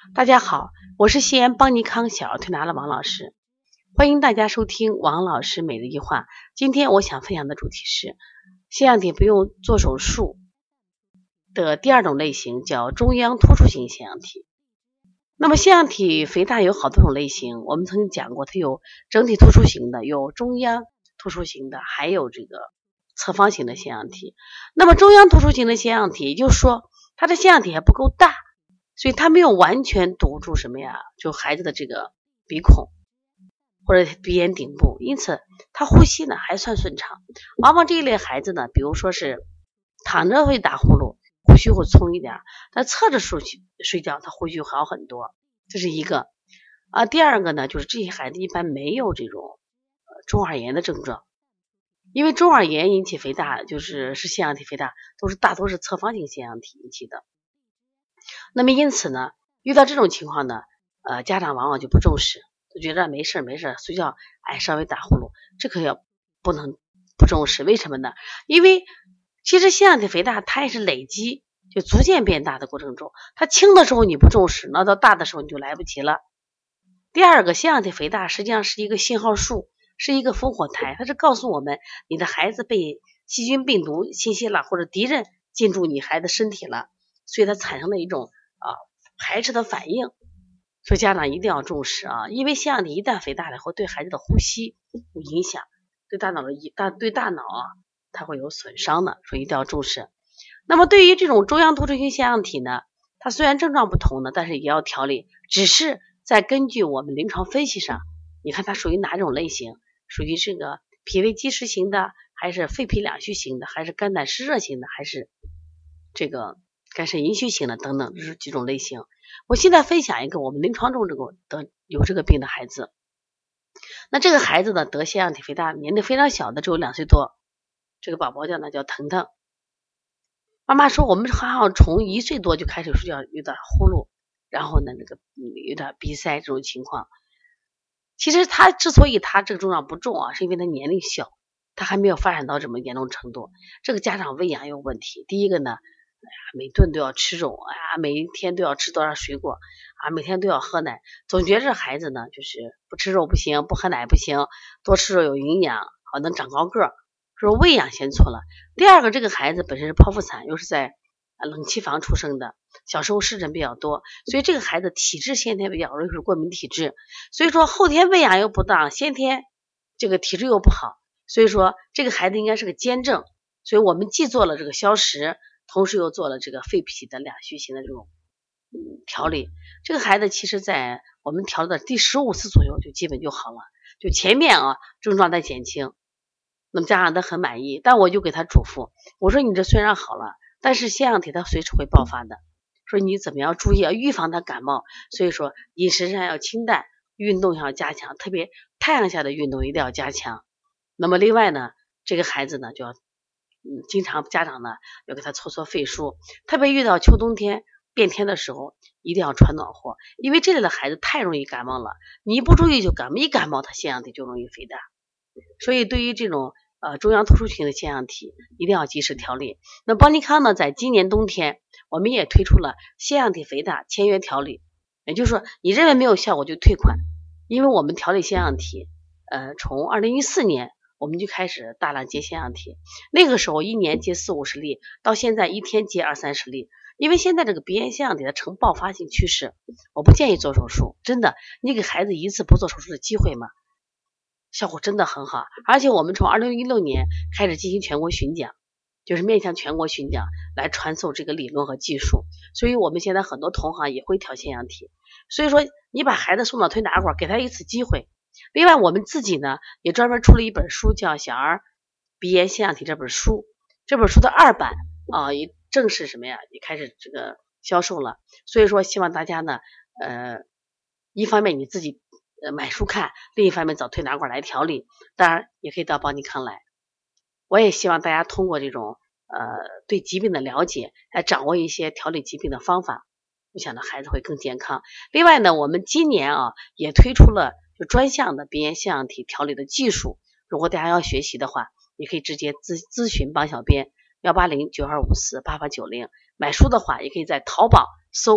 大家好，我是西安邦尼康小儿推拿的王老师，欢迎大家收听王老师每日一话。今天我想分享的主题是腺样体不用做手术的第二种类型，叫中央突出型腺样体。那么腺样体肥大有好多种类型，我们曾经讲过，它有整体突出型的，有中央突出型的，还有这个侧方型的腺样体。那么中央突出型的腺样体，也就是说它的腺样体还不够大，所以它没有完全堵住什么呀，就孩子的这个鼻孔或者鼻咽顶部，因此他呼吸呢还算顺畅。往往这一类孩子呢，比如说是躺着会打呼噜，呼吸会粗一点，但侧着睡觉他呼吸会好很多，这是一个。第二个呢，就是这些孩子一般没有这种中耳炎的症状，因为中耳炎引起肥大，是腺样体肥大，大多是侧方型腺样体引起的。那么因此呢，遇到这种情况呢，家长往往就不重视，就觉得没事睡觉稍微打呼噜，这可要不能不重视。为什么呢？因为其实腺样体肥大它也是累积，就逐渐变大的过程中，它轻的时候你不重视，那到大的时候你就来不及了。第二个，腺样体肥大实际上是一个信号树，是一个烽火台，它是告诉我们你的孩子被细菌病毒侵袭了，或者敌人进入你孩子身体了，所以它产生了一种排斥的反应。所以家长一定要重视因为腺样体一旦肥大了以后，对孩子的呼吸有影响，对大脑它会有损伤的，所以一定要重视。那么对于这种中央突出型腺样体呢，它虽然症状不同呢，但是也要调理，只是在根据我们临床分析上，你看它属于哪种类型，属于这个脾胃积食型的，还是肺脾两虚型的，还是肝胆湿热型的，还是这个肝肾阴虚型的等等，这是几种类型。我现在分享一个我们临床中有这个病的孩子。那这个孩子呢，得腺样体肥大，年龄非常小的，只有2岁多，这个宝宝叫腾腾。妈妈说我们好像从1岁多就开始睡觉有点呼噜，然后呢有点鼻塞这种情况。其实他之所以他这个症状不重是因为他年龄小，他还没有发展到这么严重程度。这个家长喂养有问题，第一个呢，每顿都要吃肉每一天都要吃多少水果每天都要喝奶，总觉着孩子呢就是不吃肉不行，不喝奶不行，多吃肉有营养，能长高个，说喂养先错了。第二个，这个孩子本身是剖腹产，又是在冷气房出生的，小时候湿疹比较多，所以这个孩子体质先天比较容易是过敏体质，所以说后天喂养又不当，先天这个体质又不好，所以说这个孩子应该是个兼症。所以我们既做了这个消食，同时又做了这个肺脾的两虚型的这种调理。这个孩子其实在我们调的第15次左右就基本就好了，就前面症状在减轻，那么家长他很满意，但我就给他嘱咐，我说你这虽然好了，但是腺样体它随时会爆发的，说你怎么样注意预防它感冒，所以说饮食上要清淡，运动要加强，特别太阳下的运动一定要加强。那么另外呢，这个孩子呢就要经常家长呢要给他搓肺腧，特别遇到秋冬天变天的时候一定要穿暖和，因为这类的孩子太容易感冒了，你一不注意就感冒，一感冒他腺样体就容易肥大。所以对于这种中央突出型的腺样体一定要及时调理。那邦尼康呢，在今年冬天我们也推出了腺样体肥大签约调理，也就是说你认为没有效果就退款，因为我们调理腺样体从2014年我们就开始大量接腺样体，那个时候1年接40-50例，到现在1天接20-30例。因为现在这个鼻炎腺样体的呈爆发性趋势，我不建议做手术，真的，你给孩子一次不做手术的机会吗？效果真的很好，而且我们从2016年开始进行全国巡讲，就是面向全国巡讲来传授这个理论和技术，所以我们现在很多同行也会调腺样体，所以说你把孩子送到推拿馆，给他一次机会。另外我们自己呢也专门出了一本书，叫《小儿鼻炎腺样体》这本书，这本书的2版也正式也开始这个销售了。所以说希望大家呢一方面你自己买书看，另一方面找推拿馆来调理，当然也可以到邦尼康来。我也希望大家通过这种对疾病的了解，来掌握一些调理疾病的方法，我想呢孩子会更健康。另外呢，我们今年也推出了就专项的鼻炎腺样体调理的技术，如果大家要学习的话，也可以直接咨询邦小编180-9254-8890，买书的话也可以在淘宝搜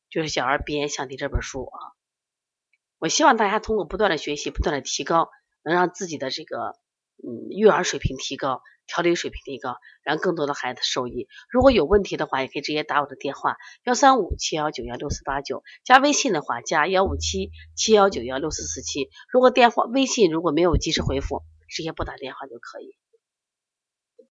就是《小儿鼻炎相题》这本书啊。我希望大家通过不断的学习，不断的提高，能让自己的这个育儿水平提高，调理水平提高，让更多的孩子受益。如果有问题的话，也可以直接打我的电话13571916489，加微信的话加15771916447。如果微信如果没有及时回复，直接拨打电话就可以。